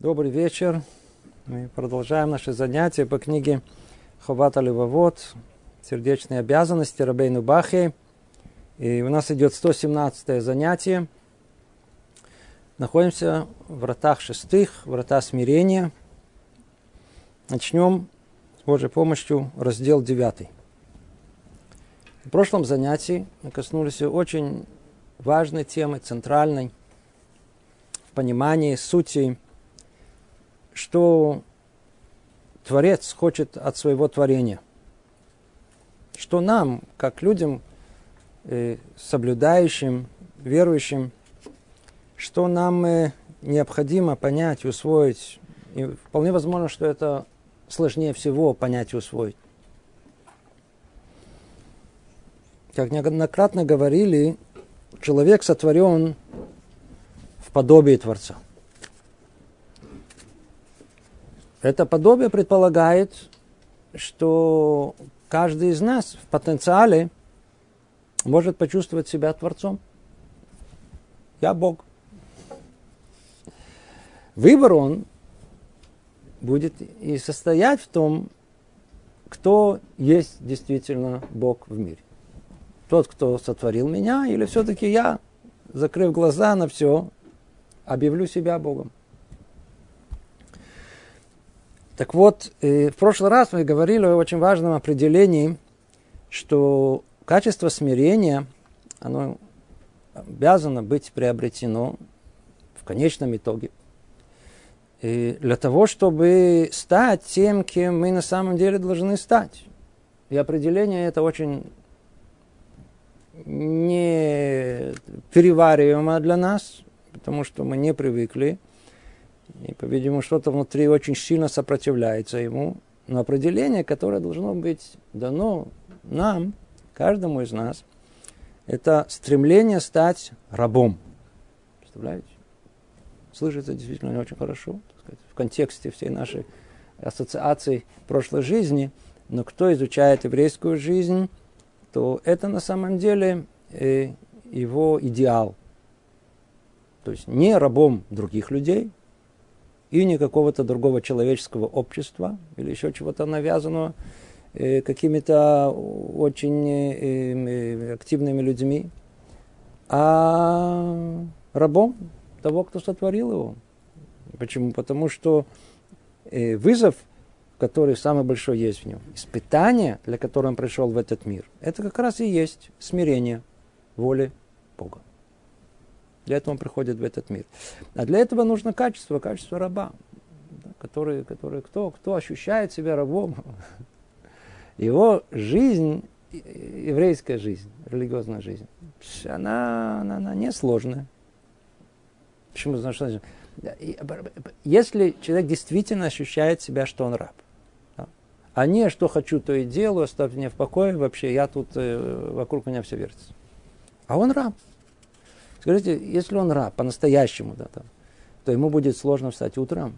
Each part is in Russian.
Добрый вечер. Мы продолжаем наши занятия по книге Ховат Алевавот, сердечные обязанности Рабейну Бахи. И у нас идет 117 занятие. Находимся в вратах шестых, врата смирения. Начнем с Божьей помощью раздел 9. В прошлом занятии мы коснулись очень важной темы, центральной, в понимании сути, что Творец хочет от своего творения. Что нам, как людям, соблюдающим, верующим, что нам необходимо понять и усвоить. И вполне возможно, что это сложнее всего понять и усвоить. Как неоднократно говорили, человек сотворен в подобии Творца. Это подобие предполагает, что каждый из нас в потенциале может почувствовать себя Творцом. Я Бог. Выбор он будет и состоять в том, кто есть действительно Бог в мире. Тот, кто сотворил меня, или все-таки я, закрыв глаза на все, объявлю себя Богом. Так вот, в прошлый раз мы говорили о очень важном определении, что качество смирения, оно обязано быть приобретено в конечном итоге. И для того, чтобы стать тем, кем мы на самом деле должны стать. И определение это очень не перевариваемо для нас, потому что мы не привыкли. И, по-видимому, что-то внутри очень сильно сопротивляется ему. Но определение, которое должно быть дано нам, каждому из нас, это стремление стать рабом. Представляете? Слышится действительно не очень хорошо, так сказать, в контексте всей нашей ассоциации прошлой жизни. Но кто изучает еврейскую жизнь, то это на самом деле его идеал. То есть не рабом других людей, и не какого-то другого человеческого общества или еще чего-то навязанного какими-то очень активными людьми, а рабом того, кто сотворил его. Почему? Потому что вызов, который самый большой есть в нем, испытание, для которого он пришел в этот мир, это как раз и есть смирение воли Бога. Для этого он приходит в этот мир. А для этого нужно качество раба, который кто ощущает себя рабом. Его жизнь, еврейская жизнь, религиозная жизнь, она несложная. Почему? Потому что если человек действительно ощущает себя, что он раб, а не что хочу, то и делаю, оставьте меня в покое, вообще я тут, вокруг меня все вертится. А он раб. Скажите, если он раб по-настоящему, то ему будет сложно встать утром.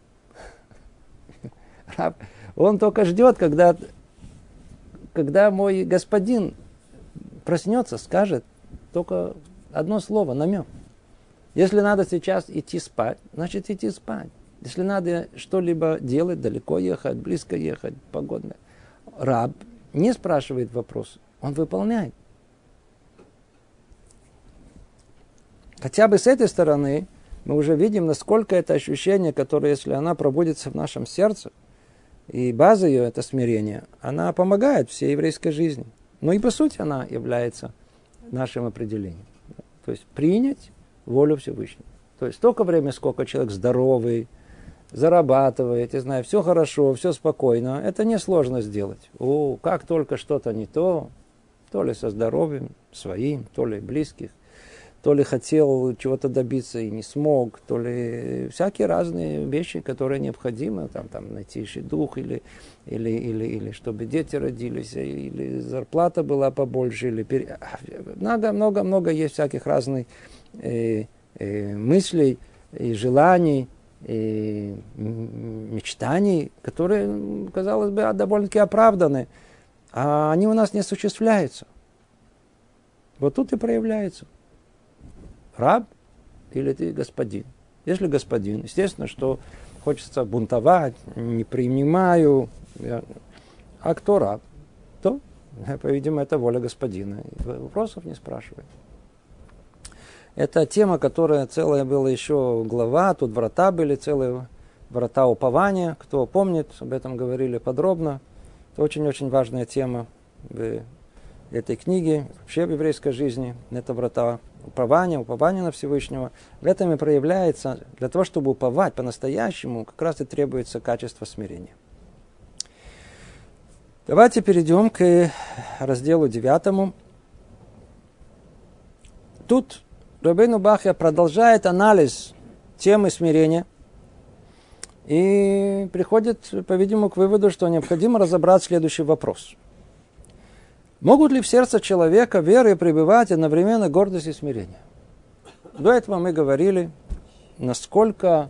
Раб, он только ждет, когда мой господин проснется, скажет только одно слово, намек. Если надо сейчас идти спать, значит идти спать. Если надо что-либо делать, далеко ехать, близко ехать, погодно. Раб не спрашивает вопрос, он выполняет. Хотя бы с этой стороны мы уже видим, насколько это ощущение, которое, если она пробудится в нашем сердце, и база ее, это смирение, она помогает всей еврейской жизни. Но и по сути она является нашим определением. То есть принять волю Всевышнего. То есть столько времени, сколько человек здоровый, зарабатывает, я знаю, все хорошо, все спокойно, это несложно сделать. Как только что-то не то ли со здоровьем своим, то ли близких, то ли хотел чего-то добиться и не смог, то ли всякие разные вещи, которые необходимы, там найти шидух, или чтобы дети родились, или зарплата была побольше, или много есть всяких разных мыслей и желаний, и мечтаний, которые, казалось бы, довольно-таки оправданы, а они у нас не осуществляются. Вот тут и проявляется. Раб или ты господин. Если господин, естественно, что хочется бунтовать, не принимаю, а кто раб, то, по-видимому, это воля господина. Вопросов не спрашивает. Это тема, которая целая была еще глава, тут врата были, целые врата упования. Кто помнит, об этом говорили подробно. Это очень-очень важная тема в этой книге, вообще в еврейской жизни. Это врата упования на Всевышнего. В этом и проявляется, для того, чтобы уповать по-настоящему, как раз и требуется качество смирения. Давайте перейдем к разделу 9. Тут Рабейну Бахья продолжает анализ темы смирения и приходит, по-видимому, к выводу, что необходимо разобрать следующий вопрос. Могут ли в сердце человека веры пребывать одновременно гордость и смирение? До этого мы говорили, насколько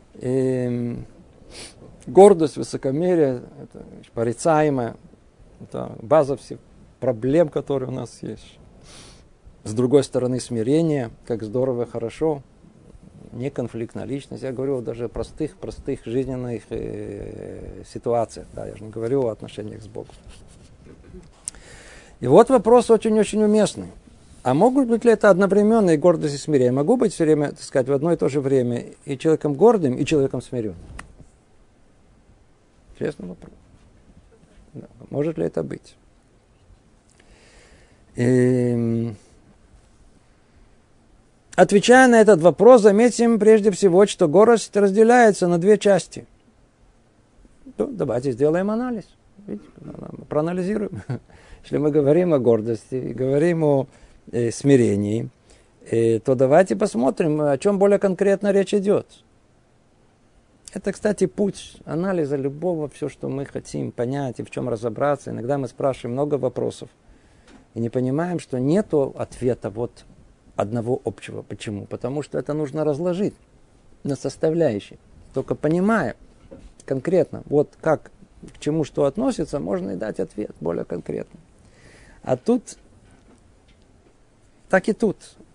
гордость, высокомерие, это порицаемое, это база всех проблем, которые у нас есть. С другой стороны, смирение, как здорово и хорошо, не конфликтная личность. Я говорю даже о простых жизненных ситуациях. Да, я же не говорю о отношениях с Богом. И вот вопрос очень-очень уместный. А могут быть ли это одновременно и гордость, и смирение? Могу быть все время, так сказать, в одно и то же время и человеком гордым, и человеком смиренным? Интересный вопрос. Да. Может ли это быть? Отвечая на этот вопрос, заметим прежде всего, что гордость разделяется на две части. Ну, давайте сделаем анализ. Видите, проанализируем. Если мы говорим о гордости, говорим о смирении, то давайте посмотрим, о чем более конкретно речь идет. Это, кстати, путь анализа любого, все, что мы хотим понять и в чем разобраться. Иногда мы спрашиваем много вопросов и не понимаем, что нет ответа вот одного общего. Почему? Потому что это нужно разложить на составляющие. Только понимая конкретно, вот как, к чему что относится, можно и дать ответ более конкретно. А тут, так и тут.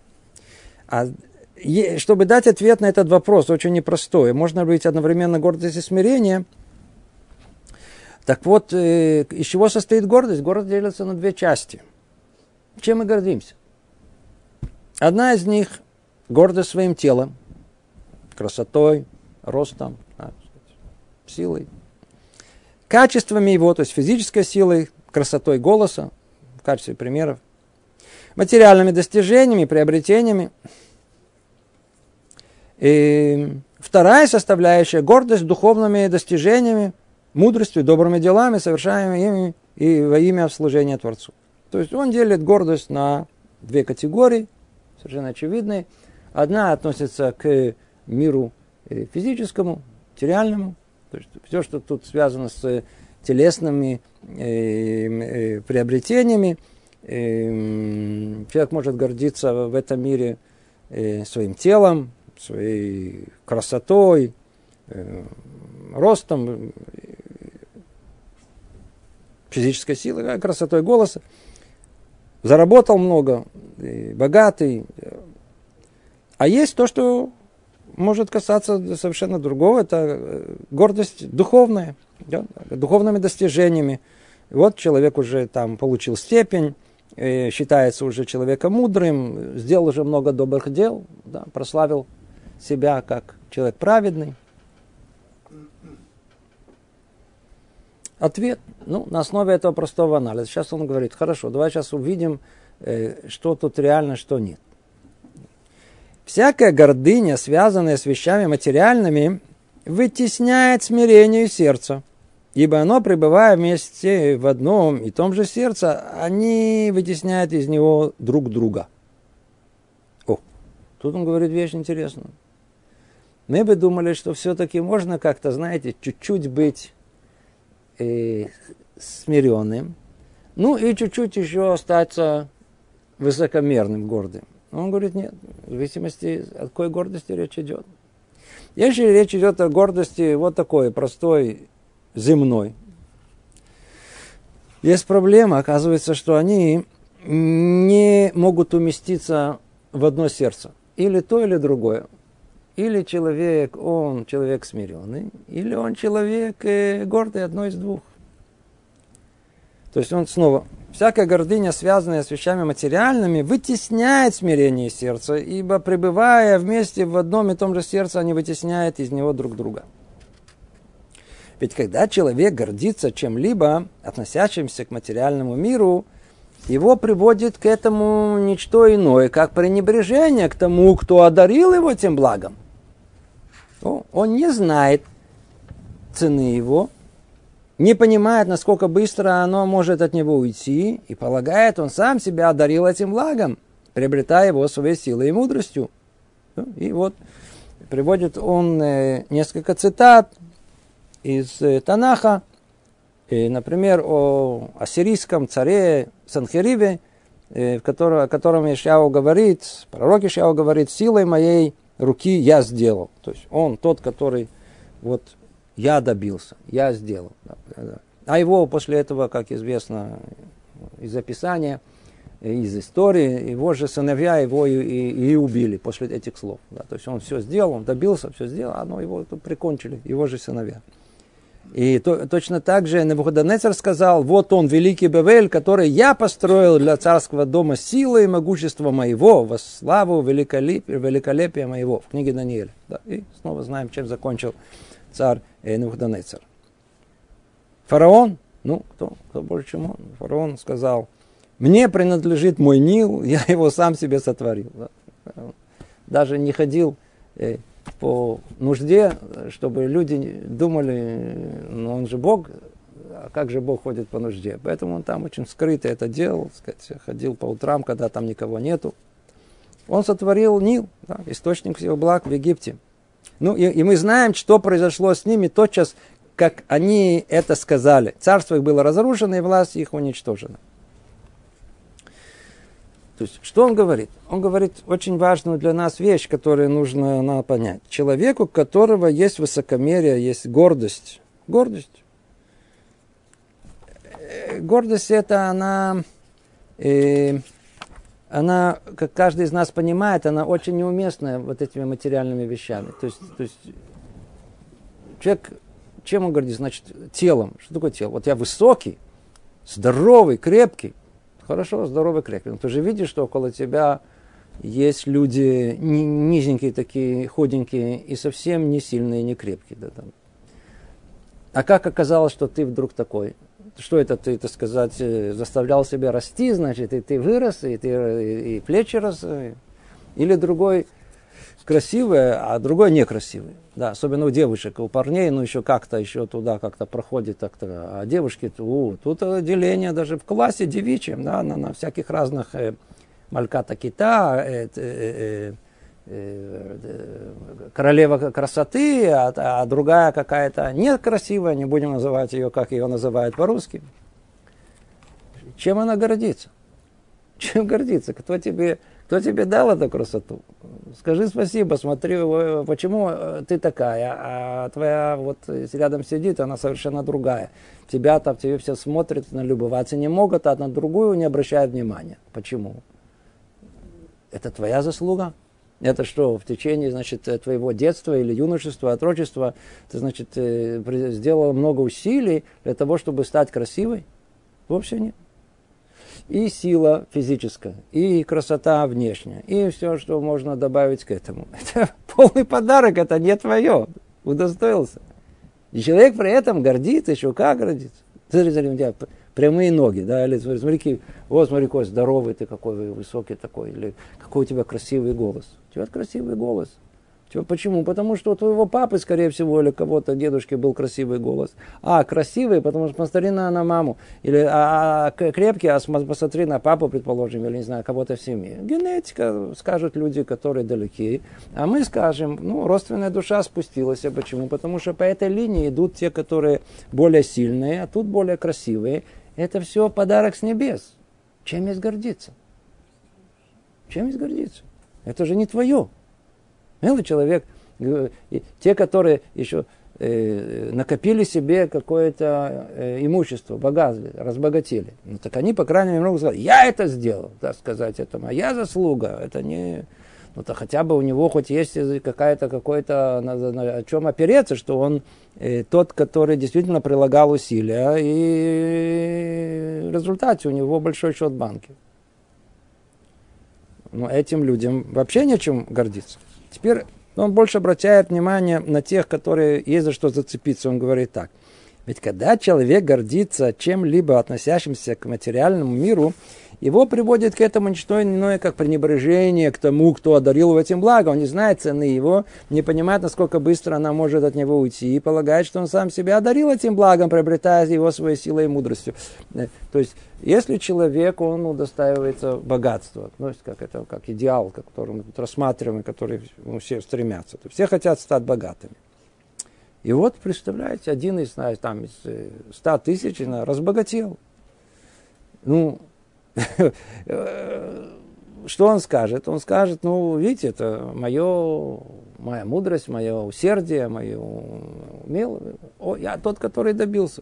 Чтобы дать ответ на этот вопрос, очень непростой, можно быть одновременно гордость и смирение. Так вот, из чего состоит гордость? Гордость делится на две части. Чем мы гордимся? Одна из них – гордость своим телом, красотой, ростом, силой. Качествами его, то есть физической силой, красотой голоса, в качестве примеров. Материальными достижениями, приобретениями. И вторая составляющая – гордость духовными достижениями, мудростью, добрыми делами, совершаемыми ими и во имя служения Творцу. То есть он делит гордость на две категории, совершенно очевидные. Одна относится к миру физическому, материальному, то есть все, что тут связано с телесными приобретениями. Человек может гордиться в этом мире своим телом, своей красотой, ростом, физической силой, красотой голоса. Заработал много, богатый. А есть то, что может касаться совершенно другого. Это гордость духовная, да, духовными достижениями. Вот человек уже там получил степень, считается уже человеком мудрым, сделал уже много добрых дел, да, прославил себя как человек праведный. Ответ, на основе этого простого анализа. Сейчас он говорит, хорошо, давай сейчас увидим, что тут реально, что нет. Всякая гордыня, связанная с вещами материальными, вытесняет смирение сердца, ибо оно, пребывая вместе в одном и том же сердце, они вытесняют из него друг друга. Тут он говорит вещь интересную. Мы бы думали, что все-таки можно как-то, знаете, чуть-чуть быть смиренным, и чуть-чуть еще остаться высокомерным, гордым. Но он говорит, нет, в зависимости, от какой гордости речь идет. Если речь идет о гордости вот такой, простой, земной, есть проблема, оказывается, что они не могут уместиться в одно сердце. Или то, или другое. Или человек, он человек смиренный, или он человек гордый, одно из двух. То есть он снова, всякая гордыня, связанная с вещами материальными, вытесняет смирение сердца, ибо пребывая вместе в одном и том же сердце, они вытесняют из него друг друга. Ведь когда человек гордится чем-либо, относящимся к материальному миру, его приводит к этому ничто иное, как пренебрежение к тому, кто одарил его тем благом. Он не знает цены его, не понимает, насколько быстро оно может от него уйти, и полагает, он сам себя одарил этим благом, приобретая его своей силой и мудростью. И вот приводит он несколько цитат из Танаха, например, о ассирийском царе Санхерибе, о котором Ишаяу говорит, пророк Ишаяу говорит, силой моей руки я сделал. То есть он тот, который вот я добился, я сделал. А его после этого, как известно из описания, из истории, его же сыновья его и убили после этих слов. Да. То есть он все сделал, он добился, все сделал, но его прикончили, его же сыновья. И точно так же Навуходоносор сказал, вот он, великий Бавель, который я построил для царского дома силой и могущества моего, во славу великолепия моего, в книге Даниэля. Да. И снова знаем, чем закончил царь Навуходоносор. Фараон, кто больше, чем он? Фараон сказал, мне принадлежит мой Нил, я его сам себе сотворил. Да. Даже не ходил по нужде, чтобы люди думали, он же Бог, а как же Бог ходит по нужде? Поэтому он там очень скрыто это делал, сказать, ходил по утрам, когда там никого нету. Он сотворил Нил, да, источник всех благ в Египте. И мы знаем, что произошло с ними тотчас, как они это сказали. Царство их было разрушено, и власть их уничтожена. То есть, что он говорит? Он говорит очень важную для нас вещь, которую нужно понять. Человеку, у которого есть высокомерие, есть гордость. Гордость это она, как каждый из нас понимает, она очень неуместная вот этими материальными вещами. То есть человек, чем он гордится? Значит, телом. Что такое тело? Вот я высокий, здоровый, крепкий. Хорошо, здоровый, крепкий. Но ты же видишь, что около тебя есть люди низенькие такие, худенькие и совсем не сильные, не крепкие. Да, там. А как оказалось, что ты вдруг такой? Что это ты, так сказать, заставлял себя расти, значит, и ты вырос, и плечи росли? Или другой красивый, а другой некрасивый? Да, особенно у девушек, у парней, еще как-то еще туда как-то проходит, так-то, а девушки, тут деление даже в классе девичьем, да, на всяких разных мальката кита, королева красоты, а другая какая-то некрасивая, не будем называть ее, как ее называют по-русски. Чем она гордится? Чем гордится? Кто тебе дал эту красоту? Скажи спасибо, смотри, почему ты такая, а твоя вот рядом сидит, она совершенно другая. Тебе все смотрят, налюбоваться не могут, а на другую не обращают внимания. Почему? Это твоя заслуга? Это что, в течение, значит, твоего детства или юношества, отрочества, ты, значит, сделал много усилий для того, чтобы стать красивой? Вовсе нет. И сила физическая, и красота внешняя, и все, что можно добавить к этому. Это полный подарок, это не твое. Удостоился. И человек при этом гордится, еще как гордится. Смотри, у тебя прямые ноги, да, или смотри, вот смотри, какой здоровый ты, какой высокий такой, или какой у тебя красивый голос. У тебя красивый голос. Почему? Потому что у твоего папы, скорее всего, или кого-то дедушки был красивый голос. Красивый, потому что посмотри на маму. Или крепкий, посмотри на папу, предположим, или, не знаю, кого-то в семье. Генетика, скажут люди, которые далеки. А мы скажем, родственная душа спустилась. Почему? Потому что по этой линии идут те, которые более сильные, а тут более красивые. Это все подарок с небес. Чем есть гордиться? Чем есть гордиться? Это же не твое. Милый человек, те, которые еще накопили себе какое-то имущество, богатство, разбогатели, так они, по крайней мере, могут сказать, я это сделал, так сказать, это моя заслуга, это не... Ну, то хотя бы у него хоть есть какой-то о чем опереться, что он тот, который действительно прилагал усилия, и в результате у него большой счет в банке. Но этим людям вообще нечем гордиться. Теперь он больше обращает внимание на тех, которые есть за что зацепиться. Он говорит так. Ведь когда человек гордится чем-либо, относящимся к материальному миру, его приводит к этому ничто иное, как пренебрежение к тому, кто одарил его этим благом. Он не знает цены его, не понимает, насколько быстро она может от него уйти, и полагает, что он сам себя одарил этим благом, приобретая его своей силой и мудростью. То есть, если человек, он удостаивается богатства, как идеал, который мы тут рассматриваем, который все стремятся, то все хотят стать богатыми. И вот, представляете, один из 100 тысяч разбогател. Ну, что он скажет? Он скажет, видите, это моя мудрость, мое усердие, мое умелое. Я тот, который добился.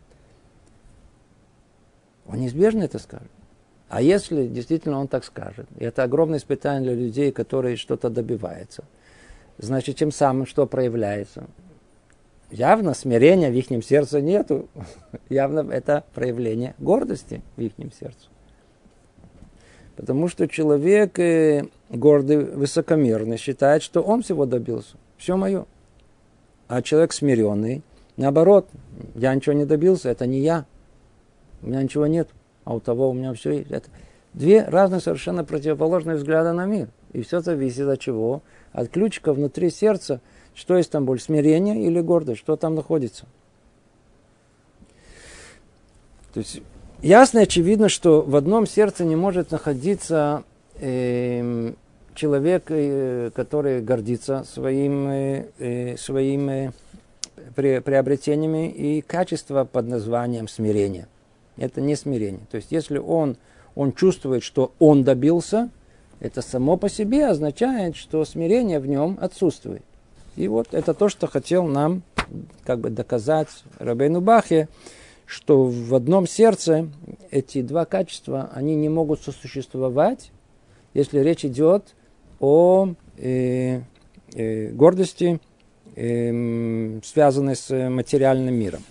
Он неизбежно это скажет. А если действительно он так скажет, и это огромное испытание для людей, которые что-то добиваются, значит, тем самым что проявляется? Явно смирения в их сердце нету. Явно это проявление гордости в их сердце. Потому что человек гордый, высокомерный считает, что он всего добился. Все мое. А человек смиренный, наоборот, я ничего не добился, это не я. У меня ничего нет, а у того у меня все есть. Это две разные совершенно противоположные взгляды на мир. И все зависит от чего? От ключика внутри сердца. Что есть там больше, смирение или гордость? Что там находится? То есть, ясно и очевидно, что в одном сердце не может находиться человек, который гордится своими приобретениями и качество под названием смирение. Это не смирение. То есть, если он чувствует, что он добился, это само по себе означает, что смирение в нем отсутствует. И вот это то, что хотел нам доказать Рабейну Бахья, что в одном сердце эти два качества, они не могут сосуществовать, если речь идет о гордости, связанной с материальным миром.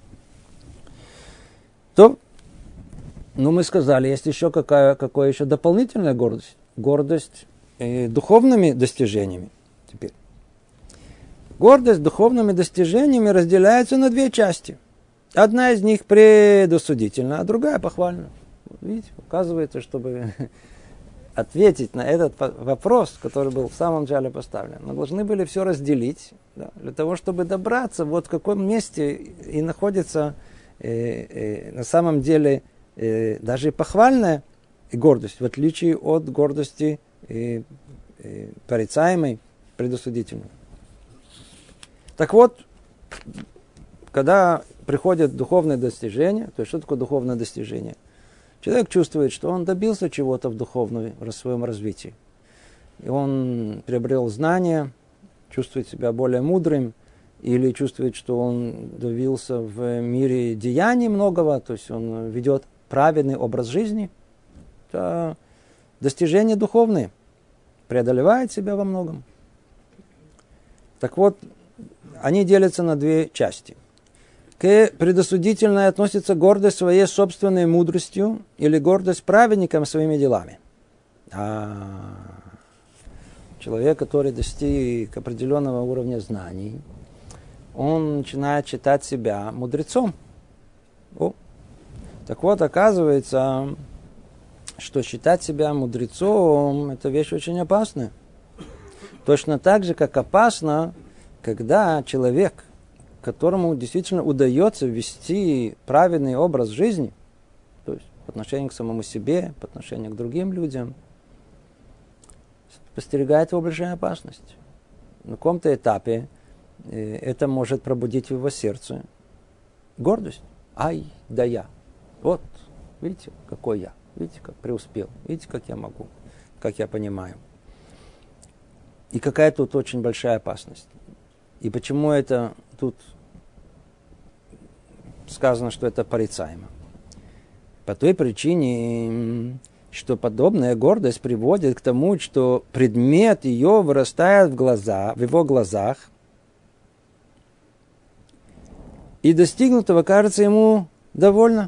То, мы сказали, есть еще какая еще дополнительная гордость. Гордость духовными достижениями. Теперь. Гордость духовными достижениями разделяется на две части. Одна из них предосудительна, а другая похвальна. Видите, оказывается, чтобы ответить на этот вопрос, который был в самом начале поставлен, мы должны были все разделить, для того, чтобы добраться, вот в каком месте и находится на самом деле даже похвальная гордость, в отличие от гордости порицаемой, предосудительной. Так вот, когда приходят духовные достижения, то есть что такое духовное достижение? Человек чувствует, что он добился чего-то в своем развитии. И он приобрел знания, чувствует себя более мудрым, или чувствует, что он добился в мире деяний многого, то есть он ведет праведный образ жизни. Это достижения духовные, преодолевает себя во многом. Так вот, они делятся на две части. К предосудительной относится гордость своей собственной мудростью или гордость праведником своими делами. Человек, который достиг определенного уровня знаний, он начинает считать себя мудрецом. Так вот, оказывается, что считать себя мудрецом – это вещь очень опасная. Точно так же, как опасно, когда человек, которому действительно удается вести праведный образ жизни, то есть по отношению к самому себе, по отношению к другим людям, постерегает его большая опасность. На каком-то этапе это может пробудить в его сердце гордость. Да я. Вот, видите, какой я. Видите, как преуспел. Видите, как я могу. Как я понимаю. И какая тут очень большая опасность. И почему это тут сказано, что это порицаемо? По той причине, что подобная гордость приводит к тому, что предмет ее вырастает в его глазах, и достигнутого кажется ему довольно.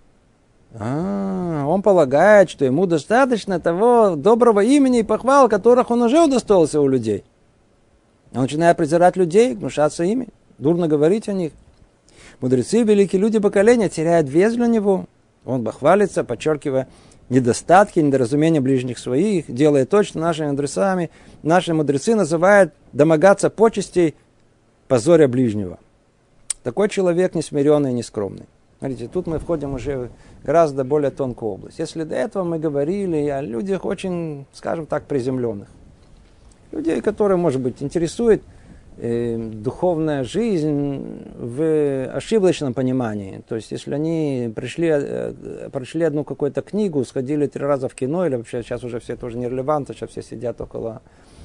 Он полагает, что ему достаточно того доброго имени и похвал, которых он уже удостоился у людей. Он начинает презирать людей, гнушаться ими, дурно говорить о них. Мудрецы, великие люди поколения теряют вес для него. Он бахвалится, подчеркивая недостатки, недоразумения ближних своих, делая то, что наши мудрецы называют домогаться почестей позоря ближнего. Такой человек несмиренный и нескромный. Смотрите, тут мы входим уже в гораздо более тонкую область. Если до этого мы говорили о людях очень, скажем так, приземленных, людей, которые, может быть, интересует духовная жизнь в ошибочном понимании. То есть, если они прочли одну какую-то книгу, сходили 3 раза в кино, или вообще сейчас уже все тоже нерелевантно, сейчас все сидят около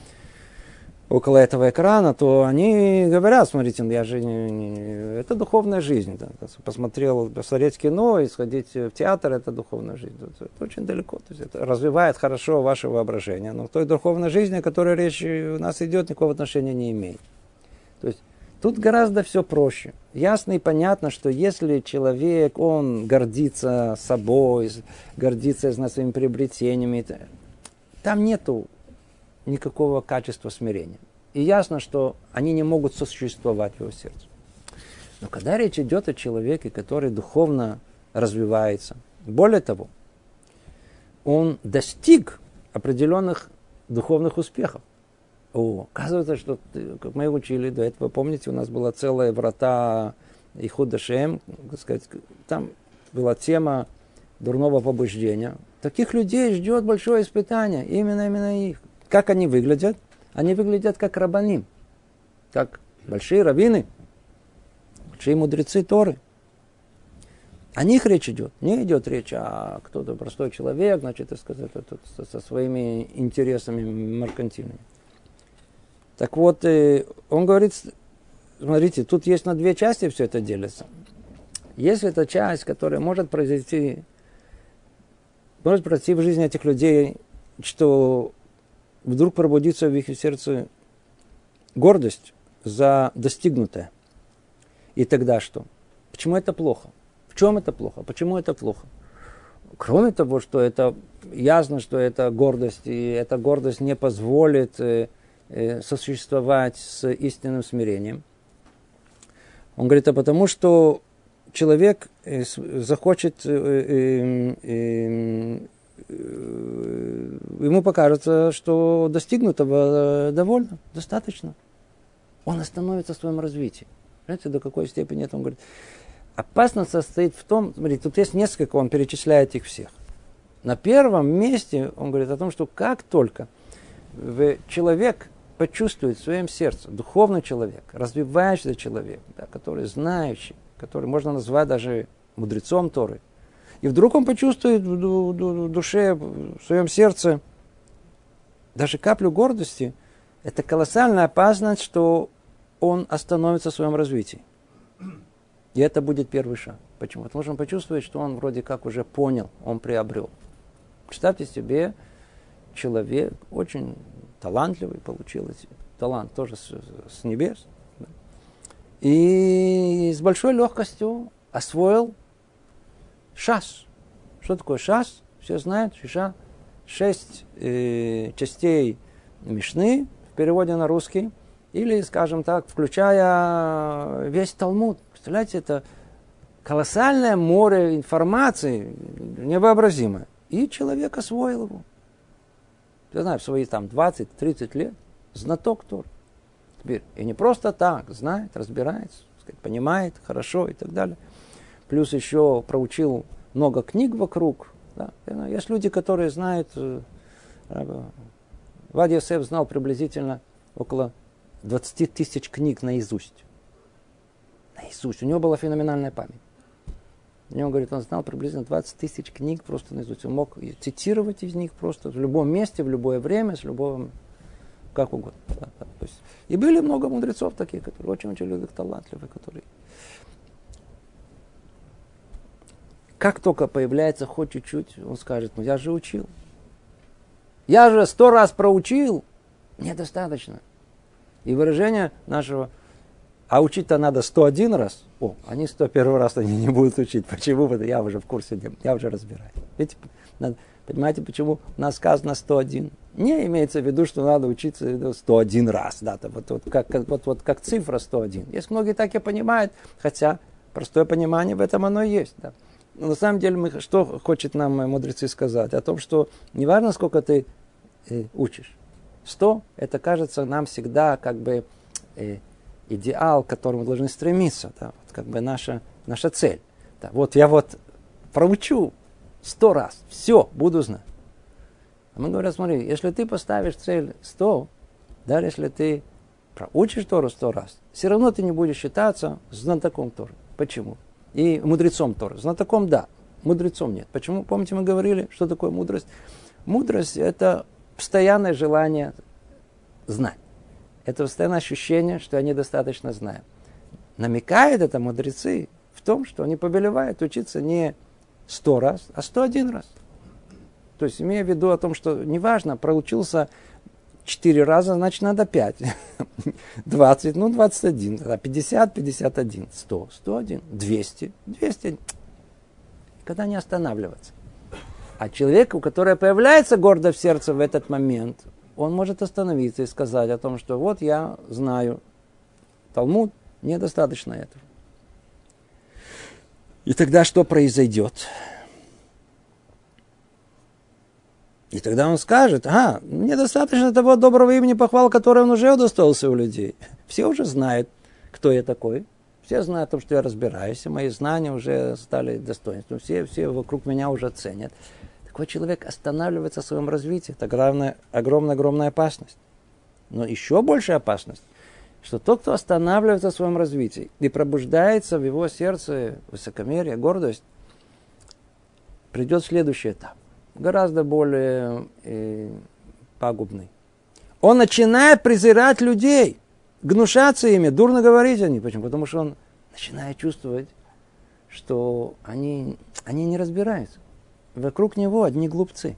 этого экрана, то они говорят, смотрите, это духовная жизнь. Да. Посмотреть кино и сходить в театр, это духовная жизнь. Это очень далеко. То есть это развивает хорошо ваше воображение. Но к той духовной жизни, о которой речь у нас идет, никакого отношения не имеет. То есть тут гораздо все проще. Ясно и понятно, что если человек, он гордится собой, гордится своими приобретениями, там нету никакого качества смирения. И ясно, что они не могут сосуществовать в его сердце. Но когда речь идет о человеке, который духовно развивается, более того, он достиг определенных духовных успехов. Оказывается, что, как мы учили до этого, помните, у нас была целая врата Ихуд Ашем, там была тема дурного побуждения. Таких людей ждет большое испытание, именно их. Как они выглядят? Они выглядят как рабаним, как большие раввины, большие мудрецы Торы. О них речь идет. Не идет речь о кто-то простой человек, значит, со своими интересами меркантильными. Так вот, он говорит, смотрите, тут есть на 2 части все это делится. Если это часть, которая может произойти в жизни этих людей, что вдруг пробудится в их сердце гордость за достигнутое. И тогда что? Почему это плохо? В чем это плохо? Почему это плохо? Кроме того, что это ясно, что это гордость, и эта гордость не позволит сосуществовать с истинным смирением. Он говорит, потому что человек захочет, ему покажется, что достигнутого довольно, достаточно. Он остановится в своем развитии. Знаете, до какой степени это он говорит? Опасность состоит в том, смотрите, тут есть несколько, он перечисляет их всех. На первом месте он говорит о том, что как только человек почувствует в своем сердце, духовный человек, развивающийся человек, да, который знающий, который можно назвать даже мудрецом Торы, и вдруг он почувствует в душе, в своем сердце даже каплю гордости, это колоссальная опасность, что он остановится в своем развитии. И это будет первый шаг. Почему? Потому что он почувствует, что он вроде как уже понял, он приобрел. Представьте себе, человек очень талантливый, получил талант тоже с небес. Да? И с большой легкостью освоил шас. Что такое шас? Все знают, шиша. 6 частей Мишны в переводе на русский. Или, скажем так, включая весь Талмуд. Представляете, это колоссальное море информации, невообразимое. И человек освоил его. Я знаю, в свои там 20-30 лет знаток Торы. Теперь, и не просто так, знает, разбирается, понимает хорошо и так далее. Плюс еще проучил много книг вокруг. Да. Есть люди, которые знают, Вадь Йосеф знал приблизительно около 20 тысяч книг наизусть. Наизусть. У него была феноменальная память. У него, говорит, он знал приблизительно 20 тысяч книг просто наизусть. Он мог цитировать из них просто в любом месте, в любое время, с любого, как угодно. Да, да. То есть, и были много мудрецов таких, которые очень-очень люди талантливые, которые... как только появляется хоть чуть-чуть, он скажет, ну я же учил. Я же 100 раз проучил. Недостаточно. И выражение нашего, а учить-то надо 101 раз. О, они 101 раз они не будут учить. Почему? Я уже в курсе, я уже разбираюсь. Видите, понимаете, почему у нас сказано 101? Не имеется в виду, что надо учиться 101 раз. Да, вот как цифра 101. Есть многие так и понимают, хотя простое понимание в этом оно и есть. Да. Но на самом деле, что хочет нам мудрецы сказать? О том, что не важно, сколько ты учишь. 100, это кажется нам всегда как бы идеал, к которому мы должны стремиться. Да? Вот как бы наша цель. Да? Вот я проучу 100 раз. Все, буду знать. А мы говорим, смотри, если ты поставишь цель 100, даже если ты проучишь Тору 100 раз, все равно ты не будешь считаться знатоком Торы. Почему? И мудрецом Торы. Знатоком да, мудрецом нет. Почему? Помните, мы говорили, что такое мудрость? Мудрость – это постоянное желание знать. Это постоянное ощущение, что я недостаточно знаю. Намекает это мудрецы в том, что они повелевают учиться не 100 раз, а 101 раз. То есть, имея в виду о том, что неважно, проучился 4 раза, значит, надо 5. 20, 21, 50, 51, 100, 101, 200, 200. Когда не останавливаться. А человек, у которого появляется гордо в сердце в этот момент, он может остановиться и сказать о том, что вот я знаю, Талмуд, недостаточно этого. И тогда что произойдет? И тогда он скажет, мне достаточно того доброго имени похвал, которое он уже удостоился у людей. Все уже знают, кто я такой. Все знают о том, что я разбираюсь, и мои знания уже стали достоинством. Все вокруг меня уже ценят. Такой человек останавливается в своем развитии. Это огромная опасность. Но еще большая опасность, что тот, кто останавливается в своем развитии и пробуждается в его сердце высокомерие, гордость, придет следующий этап. Гораздо более пагубный. Он начинает презирать людей, гнушаться ими, дурно говорить о них. Почему? Потому что он начинает чувствовать, что они не разбираются. Вокруг него одни глупцы.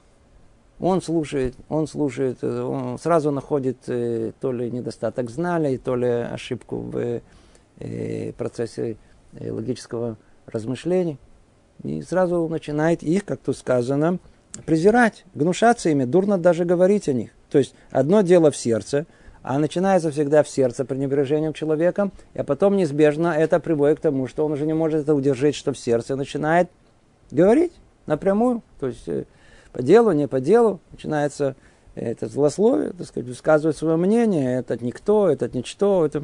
Он слушает, он сразу находит то ли недостаток знаний, то ли ошибку в процессе логического размышления. И сразу начинает их, как тут сказано, презирать, гнушаться ими, дурно даже говорить о них. То есть одно дело в сердце, а начинается всегда в сердце пренебрежением человеком, а потом неизбежно это приводит к тому, что он уже не может это удержать, что в сердце, начинает говорить напрямую, то есть по делу, не по делу, начинается это злословие, так сказать, высказывать свое мнение, этот никто, этот ничто. Это...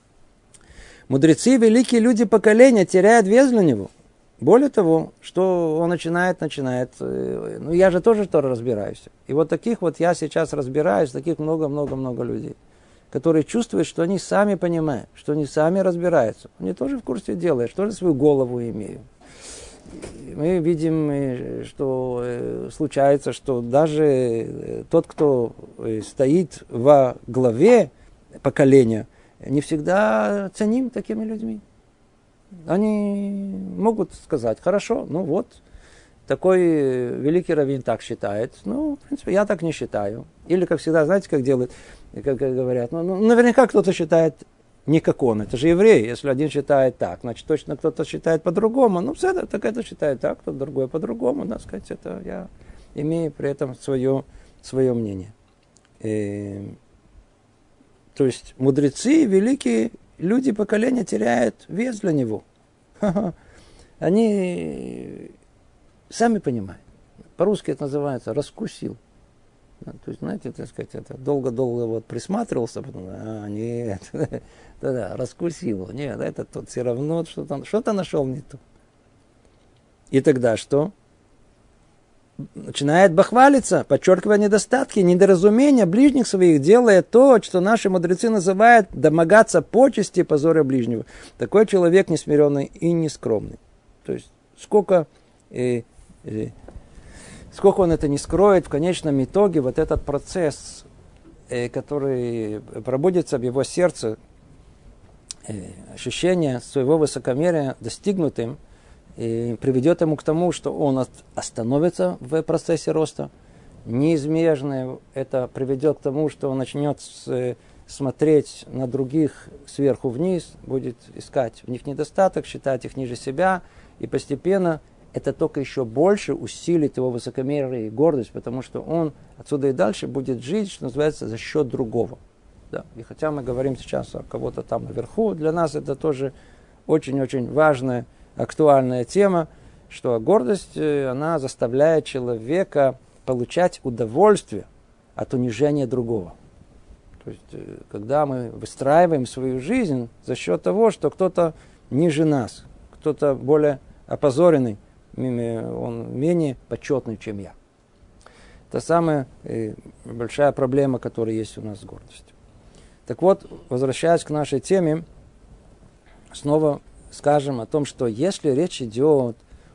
Мудрецы, великие люди поколения теряют вес для него. Более того, что он начинает, я же тоже разбираюсь. И вот таких вот я сейчас разбираюсь, таких много людей, которые чувствуют, что они сами понимают, что они сами разбираются. Они тоже в курсе дела, я тоже свою голову имею. Мы видим, что случается, что даже тот, кто стоит во главе поколения, не всегда ценим такими людьми. Они могут сказать, хорошо, такой великий раввин так считает, в принципе, я так не считаю. Или, как всегда, знаете, как делают, как говорят, наверняка кто-то считает не как он, это же еврей, если один считает так, значит, точно кто-то считает по-другому, так это считает так, кто-то другой по-другому, надо сказать, это я имею при этом свое мнение. То есть, мудрецы, великие люди поколения теряют вес для него. Они сами понимают. По-русски это называется «раскусил». То есть, знаете, так сказать, это долго присматривался, потом, нет, раскусил. Нет, это тот все равно что-то нашел не то. И тогда что? Начинает бахвалиться, подчеркивая недостатки, недоразумения ближних своих, делая то, что наши мудрецы называют домогаться почести, позоря ближнего. Такой человек несмиренный и нескромный. То есть, сколько он это не скроет, в конечном итоге вот этот процесс, который пробудется в его сердце, ощущение своего высокомерия достигнутым, приведет ему к тому, что он остановится в процессе роста. Неизбежно это приведет к тому, что он начнет смотреть на других сверху вниз, будет искать в них недостаток, считать их ниже себя, и постепенно это только еще больше усилит его высокомерие и гордость, потому что он отсюда и дальше будет жить, что называется, за счет другого. Да. И хотя мы говорим сейчас о кого-то там наверху, для нас это тоже очень-очень важная, актуальная тема, что гордость, она заставляет человека получать удовольствие от унижения другого. То есть, когда мы выстраиваем свою жизнь за счет того, что кто-то ниже нас, кто-то более опозоренный, он менее почетный, чем я. Это самая большая проблема, которая есть у нас с гордостью. Так вот, возвращаясь к нашей теме, снова скажем о том, что если речь идет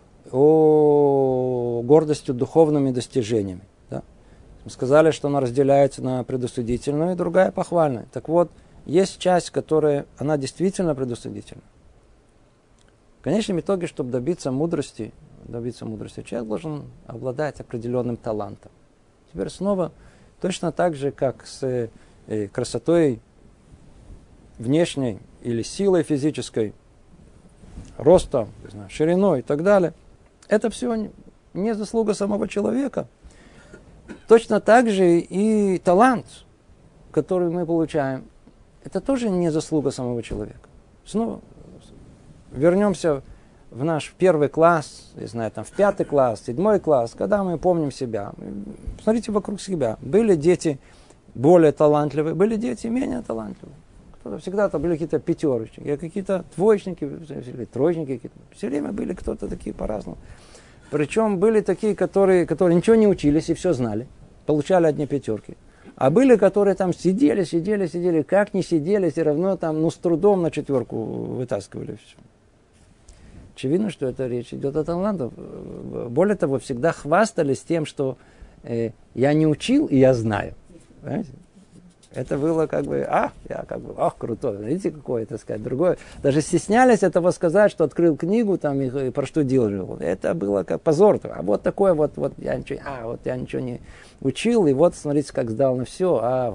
о гордости духовными достижениями, да, мы сказали, что она разделяется на предосудительную и другая похвальная. Так вот, есть часть, которая, она действительно предосудительна. В конечном итоге, чтобы добиться мудрости, человек должен обладать определенным талантом. Теперь снова, точно так же, как с красотой внешней или силой физической, ростом, шириной и так далее, это все не заслуга самого человека. Точно так же и талант, который мы получаем, это тоже не заслуга самого человека. Снова вернемся в наш первый класс, не знаю, там, в 5 класс, 7 класс, когда мы помним себя. Смотрите вокруг себя. Были дети более талантливые, были дети менее талантливые. Всегда-то были какие-то пятерочки, какие-то двоечники, или троечники. Все время были кто-то такие по-разному. Причем были такие, которые ничего не учились и все знали. Получали одни пятерки. А были, которые там сидели, как не сидели, все равно там, с трудом на 4 вытаскивали все. Очевидно, что это речь идет о талантах. Более того, всегда хвастались тем, что я не учил и я знаю. Понимаете? Это было крутой. Видите, какое, так сказать, другое. Даже стеснялись этого сказать, что открыл книгу там, и проштудил. Это было как позор. А вот такое я ничего не учил, и вот смотрите, как сдал на все.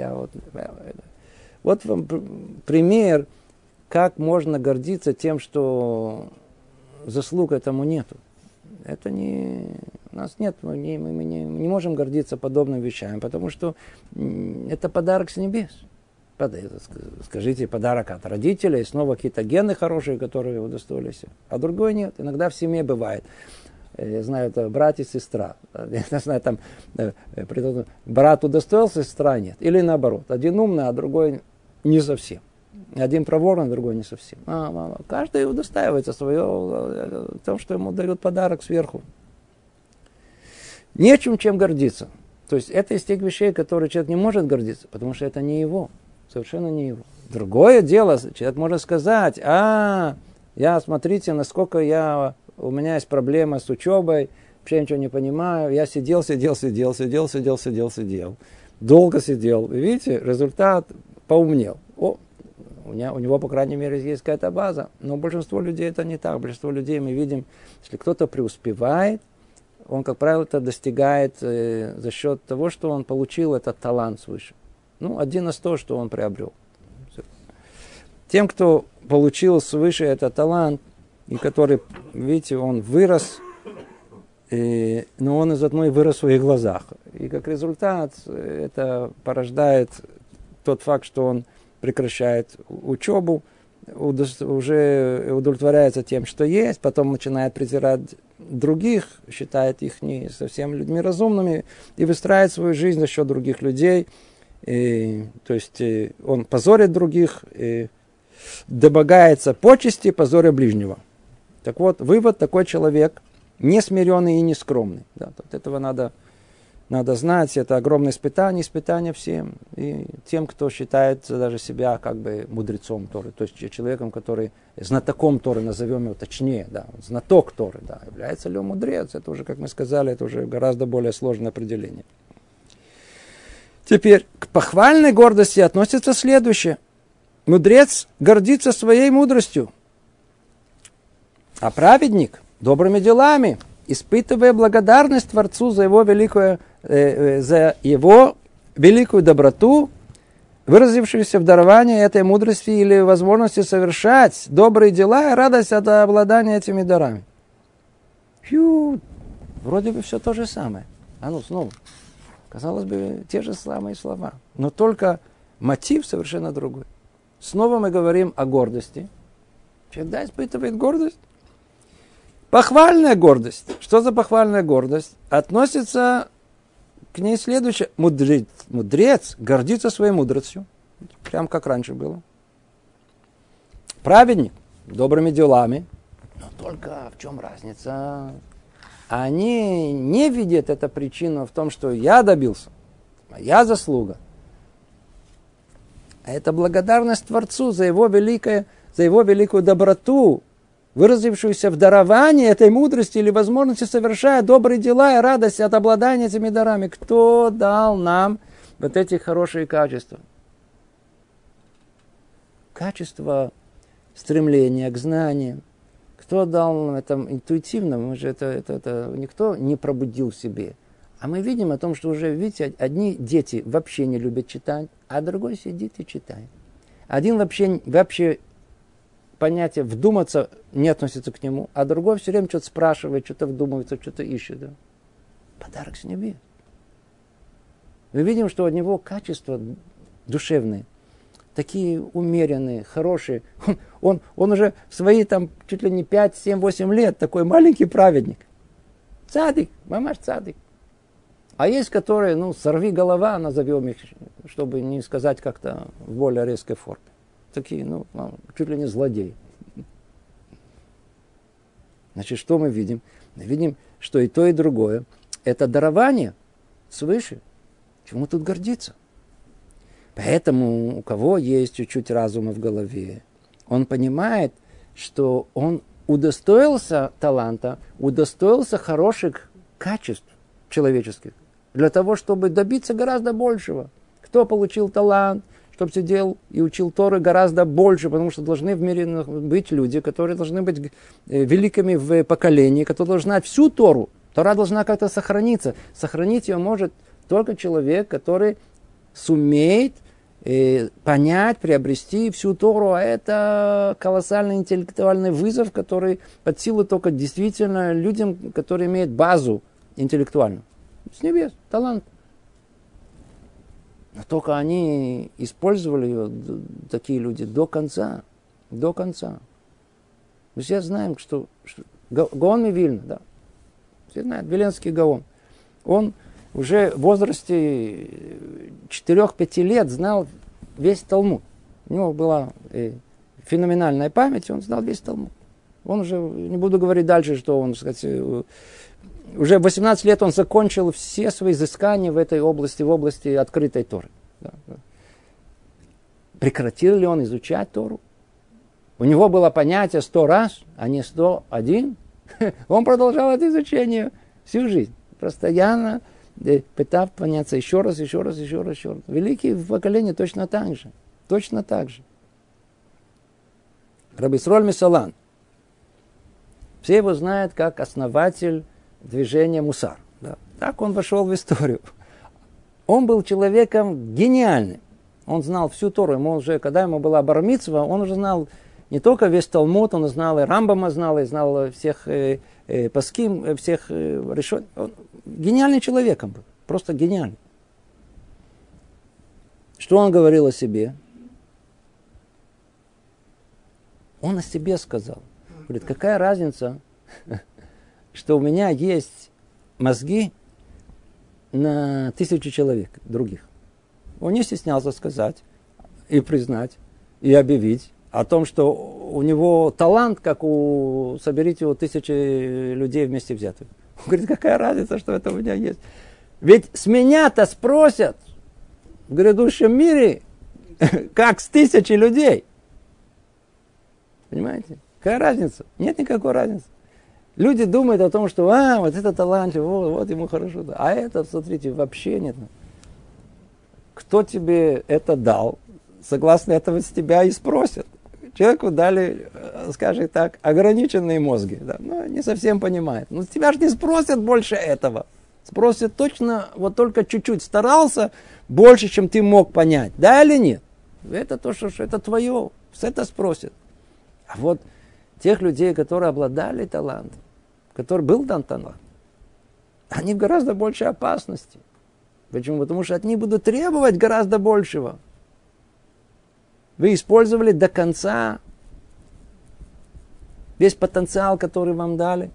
Вот вам пример, как можно гордиться тем, что заслуг этому нету. Это у нас нет, мы не можем гордиться подобными вещами, потому что это подарок с небес. Скажите, подарок от родителей, снова какие-то гены хорошие, которые удостоились, а другой нет. Иногда в семье бывает. Я знаю, это брат и сестра. Я знаю, там брат удостоился, сестра нет. Или наоборот, один умный, а другой не совсем. Один проворный, другой не совсем. Каждый удостаивается свое, том, что ему дают подарок сверху. Нечем чем гордиться. То есть это из тех вещей, которые человек не может гордиться, потому что это не его. Совершенно не его. Другое дело, человек может сказать, смотрите, насколько у меня есть проблема с учебой, вообще ничего не понимаю, я сидел. Долго сидел. И видите, результат поумнел. У него, по крайней мере, есть какая-то база. Но большинство людей это не так. Большинство людей мы видим, если кто-то преуспевает, он, как правило, это достигает за счет того, что он получил этот талант свыше. 1 из 100, что он приобрел. Тем, кто получил свыше этот талант, и который, видите, он вырос, но он из одной вырос в своих глазах. И как результат это порождает тот факт, что он прекращает учебу, уже удовлетворяется тем, что есть, потом начинает презирать других, считает их не совсем людьми разумными и выстраивает свою жизнь за счет других людей. То есть он позорит других, домогается почести, позоря ближнего. Так вот, вывод: такой человек не смиренный и не скромный. Да, от этого надо знать, это огромное испытание всем. И тем, кто считает даже себя как бы мудрецом Торы, то есть человеком, который, знатоком Торы, назовем его точнее, да, знаток Торы, да, является ли он мудрец, это уже, как мы сказали, это уже гораздо более сложное определение. Теперь к похвальной гордости относится следующее. Мудрец гордится своей мудростью. А праведник добрыми делами, испытывая благодарность Творцу за его великую доброту, выразившуюся в даровании этой мудрости или возможности совершать добрые дела и радость от обладания этими дарами. Вроде бы все то же самое. Снова. Казалось бы, те же самые слова. Но только мотив совершенно другой. Снова мы говорим о гордости. Всегда испытывает гордость. Похвальная гордость. Что за похвальная гордость? Относится к ней следующее. Мудрец гордится своей мудростью. Прям как раньше было. Праведник добрыми делами. Но только в чем разница? Они не видят эту причину в том, что я добился. Моя заслуга. А это благодарность Творцу за его великую доброту, выразившуюся в даровании этой мудрости или возможности совершать добрые дела и радость от обладания этими дарами. Кто дал нам вот эти хорошие качества? Качество стремления к знаниям. Кто дал нам это интуитивно? Мы же это никто не пробудил в себе. А мы видим о том, что уже, видите, одни дети вообще не любят читать, а другой сидит и читает. Один вообще понятие вдуматься не относится к нему, а другой все время что-то спрашивает, что-то вдумывается, что-то ищет. Да? Подарок с небес. Мы видим, что от него качества душевные, такие умеренные, хорошие. Он уже в свои чуть ли не 5, 7, 8 лет такой маленький праведник. Цадик, мамаш цадик. А есть, которые, сорви голова, назовем их, чтобы не сказать как-то в более резкой форме. Такие, чуть ли не злодеи. Значит, что мы видим? Мы видим, что и то, и другое – это дарование свыше. Чему тут гордиться? Поэтому у кого есть чуть-чуть разума в голове, он понимает, что он удостоился таланта, удостоился хороших качеств человеческих, для того, чтобы добиться гораздо большего. Кто получил талант, чтобы сидел и учил Торы гораздо больше, потому что должны в мире быть люди, которые должны быть великими в поколении, которые должны знать всю Тору. Тора должна как-то сохраниться. Сохранить ее может только человек, который сумеет понять, приобрести всю Тору, а это колоссальный интеллектуальный вызов, который под силу только действительно людям, которые имеют базу интеллектуальную. С небес, талант. Но только они использовали ее, такие люди, до конца. До конца. Мы все знаем, что Гаон Мивильна, да. Все знают, Виленский Гаон. Он уже в возрасте 4-5 лет знал весь Талмуд. У него была феноменальная память, он знал весь Талмуд. Он уже, не буду говорить дальше, что он, уже в 18 лет он закончил все свои изыскания в этой области, в области открытой Торы. Да. Прекратил ли он изучать Тору? У него было понятие 100 раз, а не 101. Он продолжал это изучение всю жизнь. Постоянно пытаясь поняться еще раз. Великие поколения точно так же. Точно так же. Раби Исроэль Месалан. Все его знают как основатель движения Мусар. Да. Так он вошел в историю. Он был человеком гениальным. Он знал всю Тору. Когда ему была бар мицва, он уже знал не только весь Талмуд, он знал и Рамбама, знал всех паским, всех решен. Он гениальным человеком был. Просто гениальный. Что он говорил о себе? Он о себе сказал. Говорит, какая разница, что у меня есть мозги на 1000 человек других. Он не стеснялся сказать и признать, и объявить о том, что у него талант, как соберите 1000 людей вместе взятых. Он говорит, какая разница, что это у меня есть. Ведь с меня-то спросят в грядущем мире, как с 1000 людей. Понимаете? Какая разница? Нет никакой разницы. Люди думают о том, что вот это талант, вот ему хорошо. А это, смотрите, вообще нет. Кто тебе это дал? Согласно этого с тебя и спросят. человеку дали, скажем так, ограниченные мозги. Да? Ну, не совсем понимает. Но тебя же не спросят больше этого. Спросят точно, вот только чуть-чуть старался, больше, чем ты мог понять. Да или нет? Это то, что это твое. С это спросят. А вот тех людей, которые обладали талантом, который был дан талант, они в гораздо большей опасности. Почему? Потому что от них будут требовать гораздо большего. Вы использовали до конца весь потенциал, который вам дали.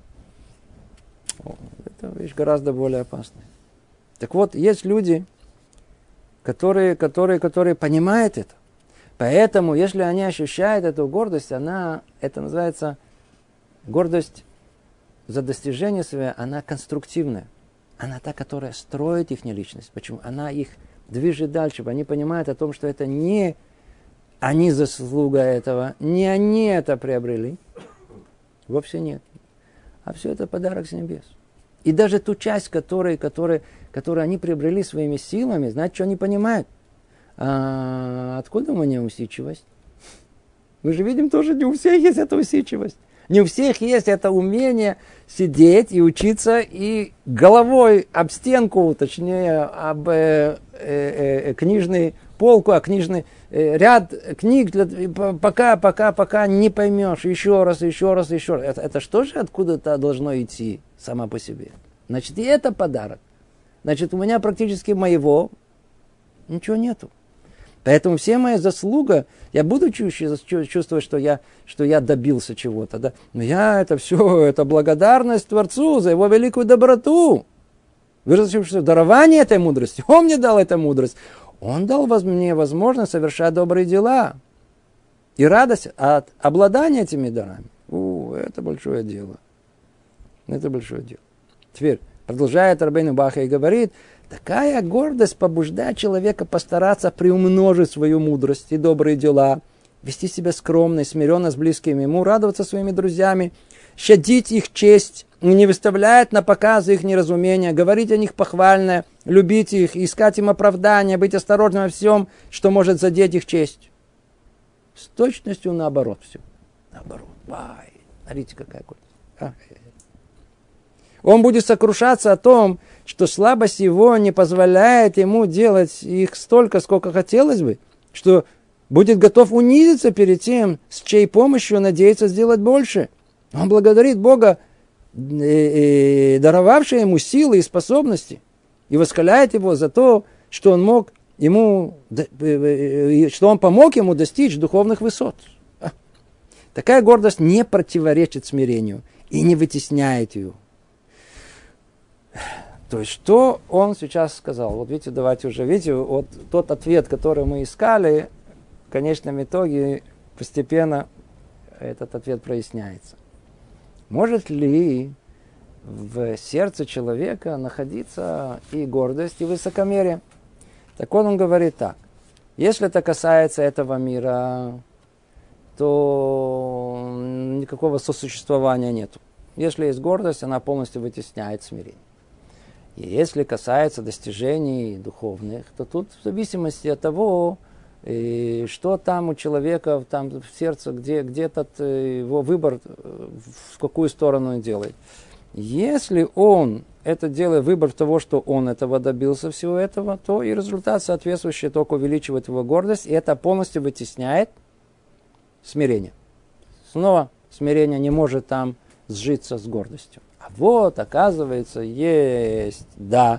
Это вещь гораздо более опасная. Так вот, есть люди, которые понимают это. Поэтому, если они ощущают эту гордость, это называется гордость за достижение свое, она конструктивная. Она та, которая строит их личность. Почему? Она их движет дальше. Они понимают о том, что это не они заслуга этого, не они это приобрели. Вовсе нет. А все это подарок с небес. И даже ту часть, которую они приобрели своими силами, знаете, что они понимают? Откуда у меня усидчивость? Мы же видим, тоже не у всех есть эта усидчивость. Не у всех есть это умение сидеть и учиться, и головой об стенку, точнее, об книжный полку, книжный ряд книг, пока не поймешь еще раз. Это что же откуда-то должно идти само по себе? Значит, и это подарок. Значит, у меня практически моего ничего нету. Поэтому все моя заслуга, я буду чувствовать, что я добился чего-то. Да? Но это благодарность Творцу за его великую доброту. Выразившись дарование этой мудрости. Он мне дал эту мудрость. Он дал мне возможность совершать добрые дела. И радость от обладания этими дарами. Это большое дело. Это большое дело. Теперь продолжает Рабейну Бахья и говорит, такая гордость побуждает человека постараться приумножить свою мудрость и добрые дела, вести себя скромно и смиренно с близкими ему, радоваться своими друзьями, щадить их честь, не выставлять на показ их неразумения, говорить о них похвальное, любить их, искать им оправдания, быть осторожным во всем, что может задеть их честь. С точностью наоборот все. Наоборот. Смотрите, какая гордость. Он будет сокрушаться о том, что слабость его не позволяет ему делать их столько, сколько хотелось бы, что будет готов унизиться перед тем, с чьей помощью надеется сделать больше. Он благодарит Бога, даровавшего ему силы и способности, и восхваляет его за то, что он помог ему достичь духовных высот. Такая гордость не противоречит смирению и не вытесняет ее. То есть, что он сейчас сказал? Вот видите, вот тот ответ, который мы искали, в конечном итоге постепенно этот ответ проясняется. Может ли в сердце человека находиться и гордость, и высокомерие? Так он говорит так. Если это касается этого мира, то никакого сосуществования нету. Если есть гордость, она полностью вытесняет смирение. И если касается достижений духовных, то тут в зависимости от того, что там у человека там в сердце, где этот его выбор, в какую сторону он делает. Если он это делает выбор того, что он этого добился, всего этого, то и результат соответствующий только увеличивает его гордость, и это полностью вытесняет смирение. Снова смирение не может там сжиться с гордостью. А вот, оказывается, есть,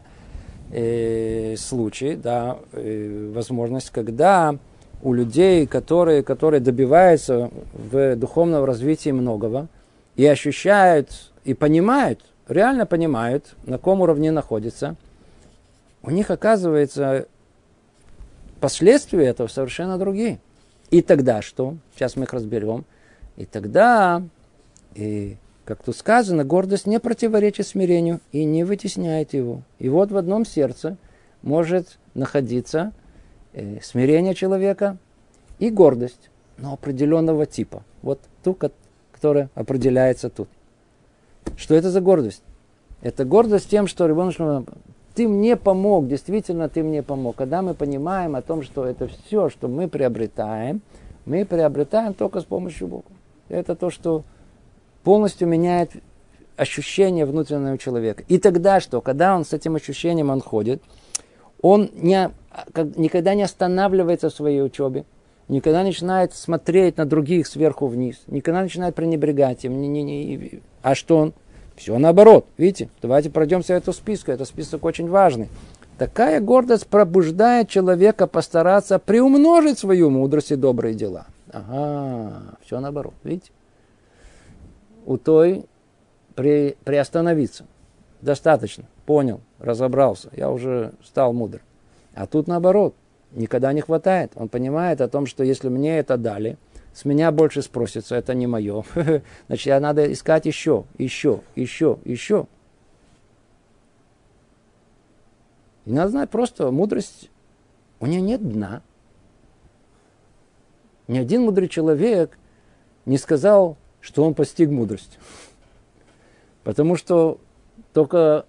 случай, возможность, когда у людей, которые добиваются в духовном развитии многого, и ощущают, и понимают, реально понимают, на каком уровне находятся, у них, оказывается, последствия этого совершенно другие. И тогда что? Сейчас мы их разберем. И тогда... Как тут сказано, гордость не противоречит смирению и не вытесняет его. И вот в одном сердце может находиться смирение человека и гордость, но определенного типа. Вот ту, которая определяется тут. Что это за гордость? Это гордость тем, что ты мне помог, действительно ты мне помог. Когда мы понимаем о том, что это все, что мы приобретаем, мы приобретаем только с помощью Бога. Это то, что полностью меняет ощущение внутреннего человека. И тогда что? Когда он с этим ощущением он ходит, он никогда не останавливается в своей учебе, никогда не начинает смотреть на других сверху вниз, никогда не начинает пренебрегать им. А что он? Все наоборот. Видите? Давайте пройдемся эту списку. Это список очень важный. Такая гордость пробуждает человека постараться приумножить свою мудрость и добрые дела. Ага, все наоборот. Видите? У той приостановиться. Достаточно. Понял, разобрался. Я уже стал мудр. А тут наоборот. Никогда не хватает. Он понимает о том, что если мне это дали, с меня больше спросится, это не мое. Значит, надо искать еще. И надо знать просто, мудрость, у нее нет дна. Ни один мудрый человек не сказал, что он постиг мудрость. Потому что только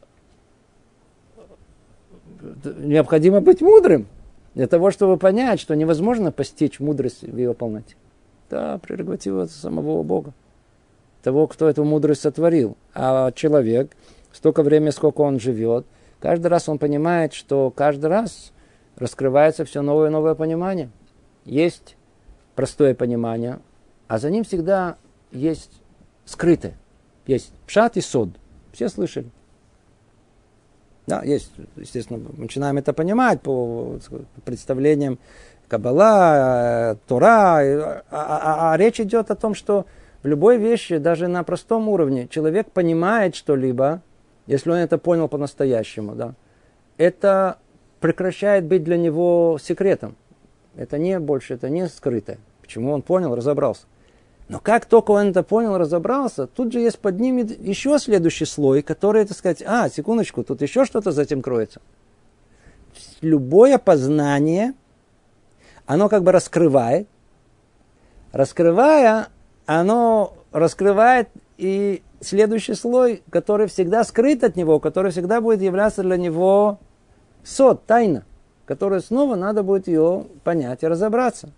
необходимо быть мудрым для того, чтобы понять, что невозможно постичь мудрость в ее полноте. Это прерогатива самого Бога, того, кто эту мудрость сотворил. А человек, столько времени, сколько он живет, каждый раз он понимает, что каждый раз раскрывается все новое и новое понимание. Есть простое понимание, а за ним всегда есть скрытое. Есть пшат и сод. Все слышали? Да, есть, естественно, мы начинаем это понимать по представлениям Каббала, Тора. А речь идет о том, что в любой вещи, даже на простом уровне, человек понимает что-либо, если он это понял по-настоящему, да, это прекращает быть для него секретом. Это не больше, это не скрытое. Почему он понял, разобрался. Но как только он это понял, разобрался, тут же есть под ним еще следующий слой, который, так сказать, секундочку, тут еще что-то за этим кроется. Любое познание, оно как бы раскрывает. Раскрывая, оно раскрывает и следующий слой, который всегда скрыт от него, который всегда будет являться для него сод, тайна, которую снова надо будет ее понять и разобраться.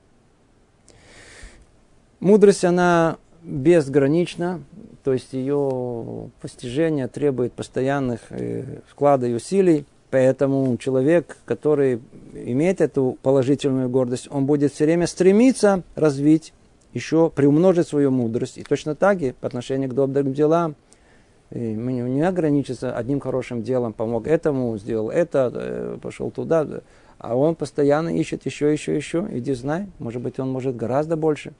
Мудрость, она безгранична, то есть ее постижение требует постоянных вклада и усилий, поэтому человек, который имеет эту положительную гордость, он будет все время стремиться развить, еще приумножить свою мудрость. И точно так и по отношению к добрым делам. И мы не ограничиться одним хорошим делом, помог этому, сделал это, пошел туда, а он постоянно ищет еще. Иди знай, может быть, он может гораздо больше.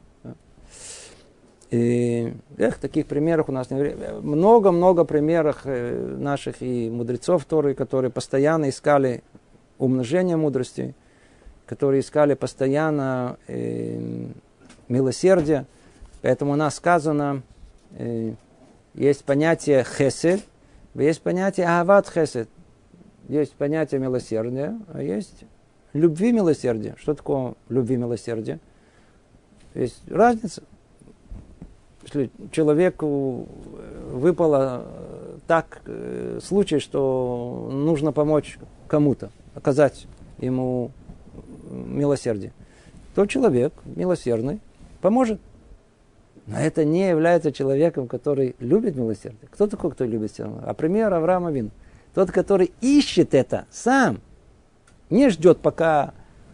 И таких примеров у нас много примеров наших и мудрецов Торы, которые постоянно искали умножение мудрости, которые искали постоянно милосердие. Поэтому у нас сказано, есть понятие хесед, есть понятие ахават хесед. Есть понятие милосердия, а есть любви милосердия. Что такое любви милосердия? Есть разница. Если человеку выпало так случай, что нужно помочь кому-то, оказать ему милосердие, то человек милосердный поможет. Но это не является человеком, который любит милосердие. Кто такой, кто любит милосердие? А пример Авраам Авину. Тот, который ищет это сам, не ждет, пока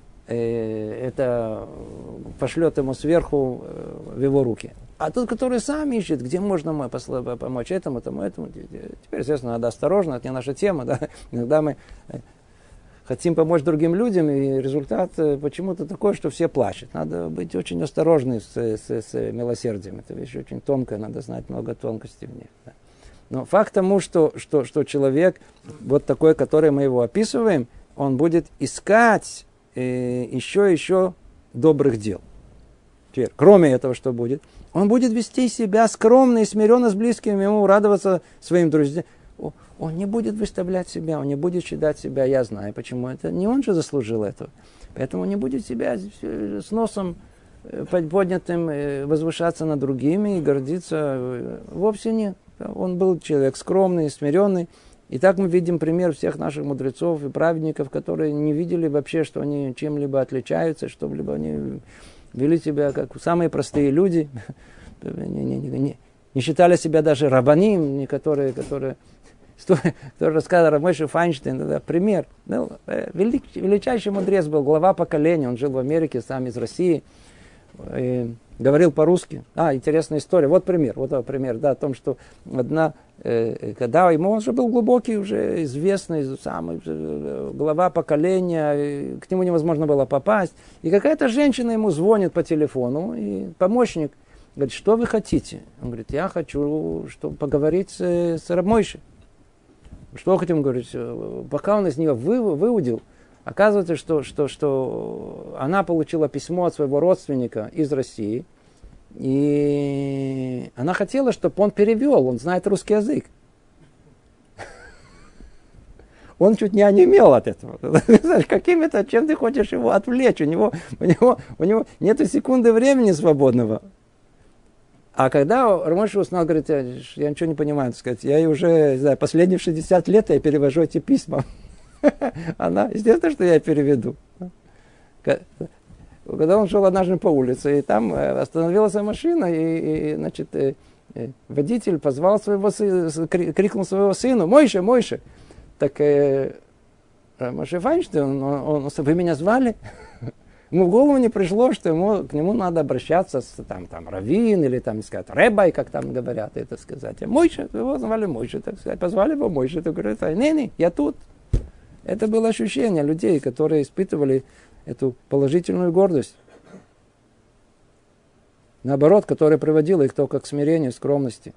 это пошлет ему сверху в его руки. А тот, который сам ищет, где можно помочь этому. Теперь, естественно, надо осторожно, это не наша тема. Да? Иногда мы хотим помочь другим людям, и результат почему-то такой, что все плачут. Надо быть очень осторожным с милосердием. Это вещь очень тонкая, надо знать много тонкостей в ней. Да? Но факт тому, что человек, вот такой, который мы его описываем, он будет искать еще добрых дел. Теперь, кроме этого, что будет? Он будет вести себя скромно и смиренно с близкими ему, радоваться своим друзьям. Он не будет выставлять себя, он не будет считать себя, я знаю, почему это. Не он же заслужил этого. Поэтому он не будет себя с носом поднятым возвышаться над другими и гордиться. Вовсе нет. Он был человек скромный, смиренный. И так мы видим пример всех наших мудрецов и праведников, которые не видели вообще, что они чем-либо отличаются, что-либо они вели себя как самые простые люди, не считали себя даже рабаним, которые рассказывал Мойше Файнштейн, это пример. Ну, величайший мудрец был, глава поколения, он жил в Америке, сам из России, говорил по-русски. Интересная история. Вот пример, да, о том, что когда он уже был глубокий, уже известный, самый глава поколения, к нему невозможно было попасть. И какая-то женщина ему звонит по телефону, и помощник говорит, что вы хотите? Он говорит, я хочу поговорить с раб Мойше. Что хотим говорить? Пока он из нее выудил, оказывается, что она получила письмо от своего родственника из России, и она хотела, чтобы он перевел, он знает русский язык. Он чуть не онемел от этого. Каким-то, чем ты хочешь его отвлечь? У него нет секунды времени свободного. А когда Рамоша узнал, говорит, я ничего не понимаю, так сказать, я уже, не знаю, последние 60 лет я перевожу эти письма. Она, естественно, что я переведу. Когда он шел однажды по улице, и там остановилась машина, и значит, водитель позвал своего сына, крикнул своего сына, Мойше, Мойше. Так Моше Файнштейн, вы меня звали? Ему в голову не пришло, что к нему надо обращаться с раввин или сказать рэбай, как там говорят, это сказать. А Мойше, его звали Мойше, так сказать, позвали его Мойше, так говорит, не, я тут. Это было ощущение людей, которые испытывали эту положительную гордость. Наоборот, которая приводила их только к смирению, скромности.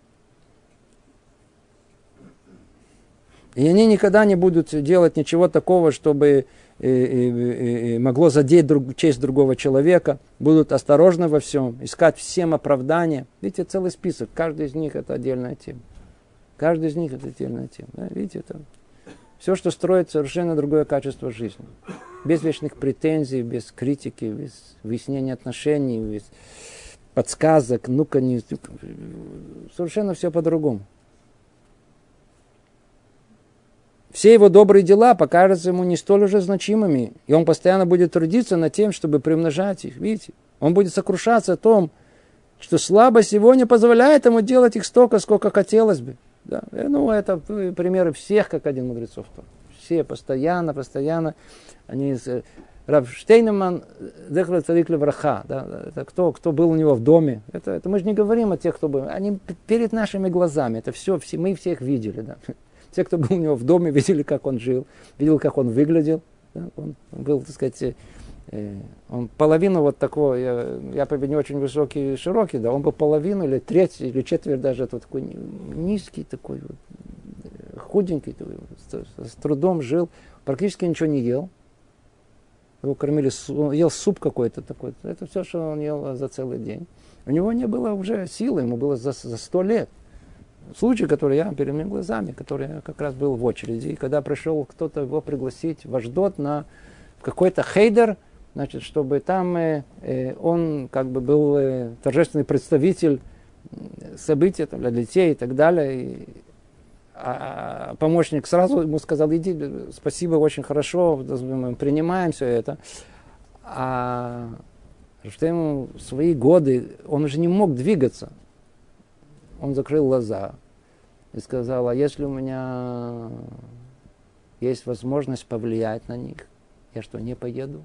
И они никогда не будут делать ничего такого, чтобы могло задеть честь другого человека. Будут осторожны во всем, искать всем оправдания. Видите, целый список. Каждый из них это отдельная тема. Каждый из них это отдельная тема. Да? Видите, это все, что строит совершенно другое качество жизни. Без вечных претензий, без критики, без выяснения отношений, без подсказок. Совершенно все по-другому. Все его добрые дела покажутся ему не столь уже значимыми, и он постоянно будет трудиться над тем, чтобы приумножать их. Видите? Он будет сокрушаться о том, что слабость его не позволяет ему делать их столько, сколько хотелось бы. Да? Это примеры всех, как один мудрецов. Все постоянно. Они Рав Штейнеман, Зехер царик левраха, да, это кто был у него в доме. Это мы же не говорим о тех, кто был. Они перед нашими глазами. Это все мы всех видели. Да. Те, кто был у него в доме, видели, как он жил, видели, как он выглядел. Да. Он был, так сказать, он половину вот такого, я не очень высокий и широкий, да, он был половину или треть, или четверть даже, такой низкий, такой вот, худенький, такой, с трудом жил, практически ничего не ел. Его кормили, он ел суп какой-то такой. Это все, что он ел за целый день. У него не было уже силы, ему было за 100 лет. Случай, который я перед моими глазами, который я как раз был в очереди. И когда пришел кто-то его пригласить в Ашдод в какой-то хейдер, значит, чтобы там он как бы был торжественный представитель событий для детей и так далее. А помощник сразу ему сказал, иди, спасибо, очень хорошо, мы принимаем все это. А что ему в свои годы, он уже не мог двигаться. Он закрыл глаза и сказал, а если у меня есть возможность повлиять на них, я что, не поеду?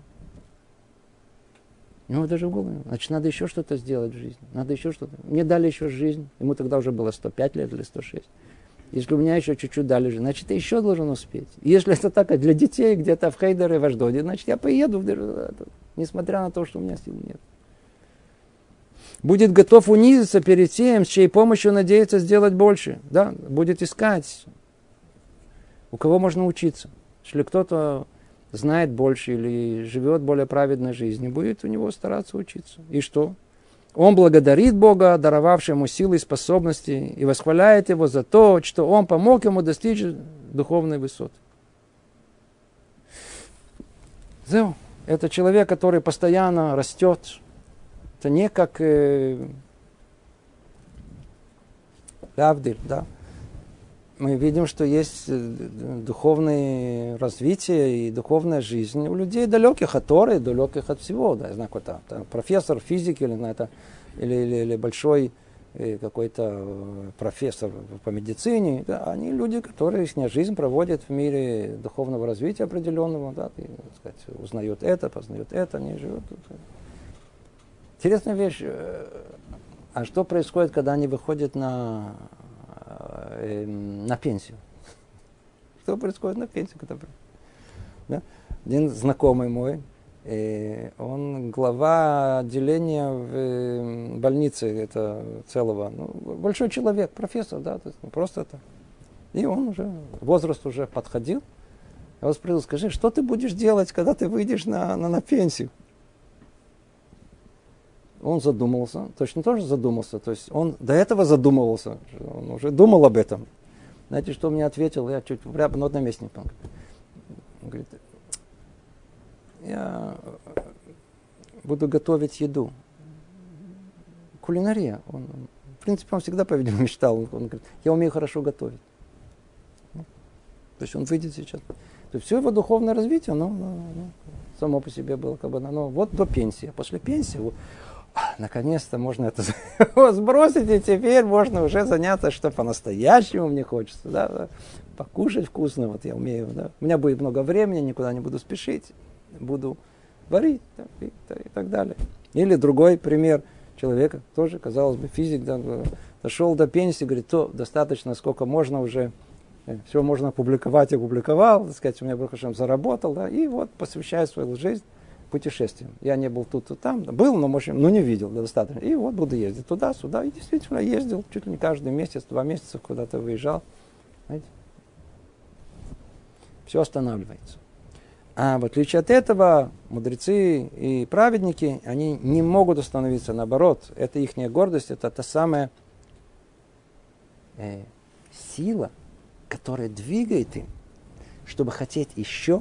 Ему даже в голову, значит, надо еще что-то сделать в жизни. Надо еще что-то. Мне дали еще жизнь. Ему тогда уже было 105 лет или 106. Если у меня еще чуть-чуть дали жизнь, значит, я еще должен успеть. Если это так, для детей где-то в Хейдере, в Ашдоде, значит, я поеду, несмотря на то, что у меня сил нет. Будет готов унизиться перед тем, с чьей помощью надеется сделать больше. Да? Будет искать, у кого можно учиться. Если кто-то знает больше или живет более праведной жизнью, будет у него стараться учиться. И что? Он благодарит Бога, даровавшего ему силы и способности, и восхваляет его за то, что он помог ему достичь духовной высоты. Это человек, который постоянно растет. Это не как Авдиль, да? мы видим, что есть духовное развитие и духовная жизнь у людей далеких от Торы, далеких от всего. Да, я знаю, какой-то профессор физики или большой какой-то профессор по медицине. Да, они люди, которые их жизнь проводят в мире духовного развития определенного. Да, и, так сказать, узнают это, познают это, они живут. Интересная вещь. А что происходит, когда они выходят на пенсию? Что происходит на пенсию? Да? Один знакомый мой, он глава отделения в больнице это целого, большой человек, профессор, да, то есть не просто это. И он уже, возраст уже подходил. Я вас спросил, скажи, что ты будешь делать, когда ты выйдешь на пенсию? Он задумался, точно тоже задумался, то есть он до этого задумывался, он уже думал об этом. Знаете, что он мне ответил? Я чуть прямо на одном месте не помню. Он говорит, я буду готовить еду. Кулинария. В принципе, он всегда, по-видимому, мечтал. Он говорит, я умею хорошо готовить. То есть он выйдет сейчас. То есть все его духовное развитие, оно само по себе было как бы, вот до пенсии. А после пенсии наконец-то можно это сбросить, и теперь можно уже заняться, что по-настоящему мне хочется. Да? Покушать вкусно, вот я умею. Да? У меня будет много времени, никуда не буду спешить. Буду варить и так далее. Или другой пример человека, тоже, казалось бы, физик, да, дошел до пенсии, говорит, то достаточно, сколько можно уже, все можно опубликовать, я опубликовал, так сказать, у меня Барух заработал, да, и вот посвящаю свою жизнь путешествиям. Я не был тут и там, был, но, может, не видел, да, достаточно. И вот буду ездить туда-сюда, и действительно ездил, чуть ли не каждый месяц, 2 месяца куда-то выезжал. Знаете? Все останавливается. А в отличие от этого, мудрецы и праведники, они не могут остановиться, наоборот. Это их гордость, это та самая сила, которая двигает им, чтобы хотеть еще.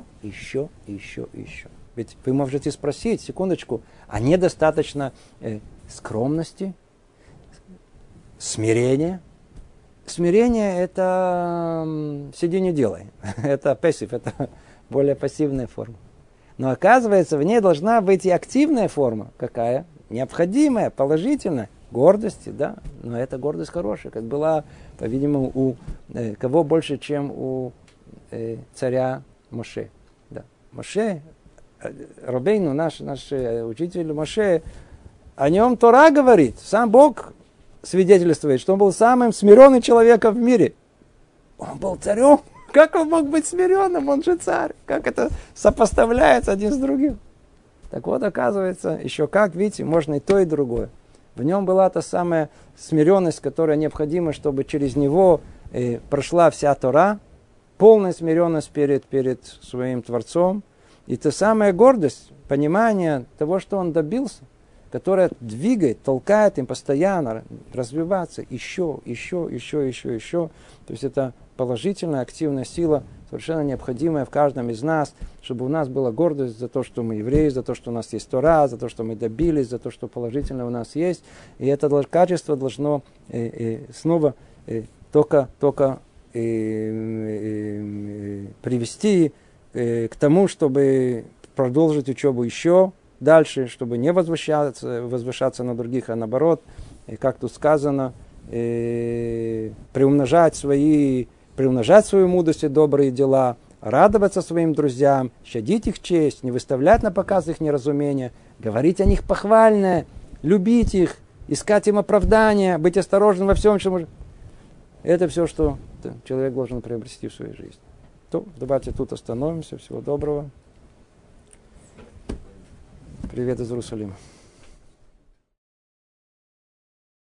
Ведь вы можете спросить, секундочку, а недостаточно скромности, смирения? Смирение – это сиди не делай, это пассив, это более пассивная форма. Но оказывается, в ней должна быть и активная форма. Какая? Необходимая, положительная. Гордости, да. Но эта гордость хорошая, как была, по-видимому, у кого больше, чем у царя Моше. Да. Моше, Рабейну, наш учитель Моше, о нем Тора говорит. Сам Бог свидетельствует, что он был самым смиренным человеком в мире. Он был царем. Как он мог быть смиренным? Он же царь. Как это сопоставляется один с другим? Так вот, оказывается, еще как, видите, можно и то, и другое. В нем была та самая смиренность, которая необходима, чтобы через него прошла вся Тора, полная смиренность перед своим Творцом, и та самая гордость, понимание того, что он добился, которая двигает, толкает им постоянно развиваться еще. То есть это положительная, активная сила, совершенно необходимая в каждом из нас, чтобы у нас была гордость за то, что мы евреи, за то, что у нас есть Тора, за то, что мы добились, за то, что положительное у нас есть. И это качество должно снова только привести к тому, чтобы продолжить учебу еще дальше, чтобы не возвышаться на других, а наоборот, как тут сказано, приумножать свою мудрость и добрые дела, радоваться своим друзьям, щадить их честь, не выставлять на показ их неразумения, говорить о них похвальное, любить их, искать им оправдания, быть осторожным во всем, чем... Это все, что человек должен приобрести в своей жизни. То, давайте тут остановимся. Всего доброго. Привет из Иерусалима.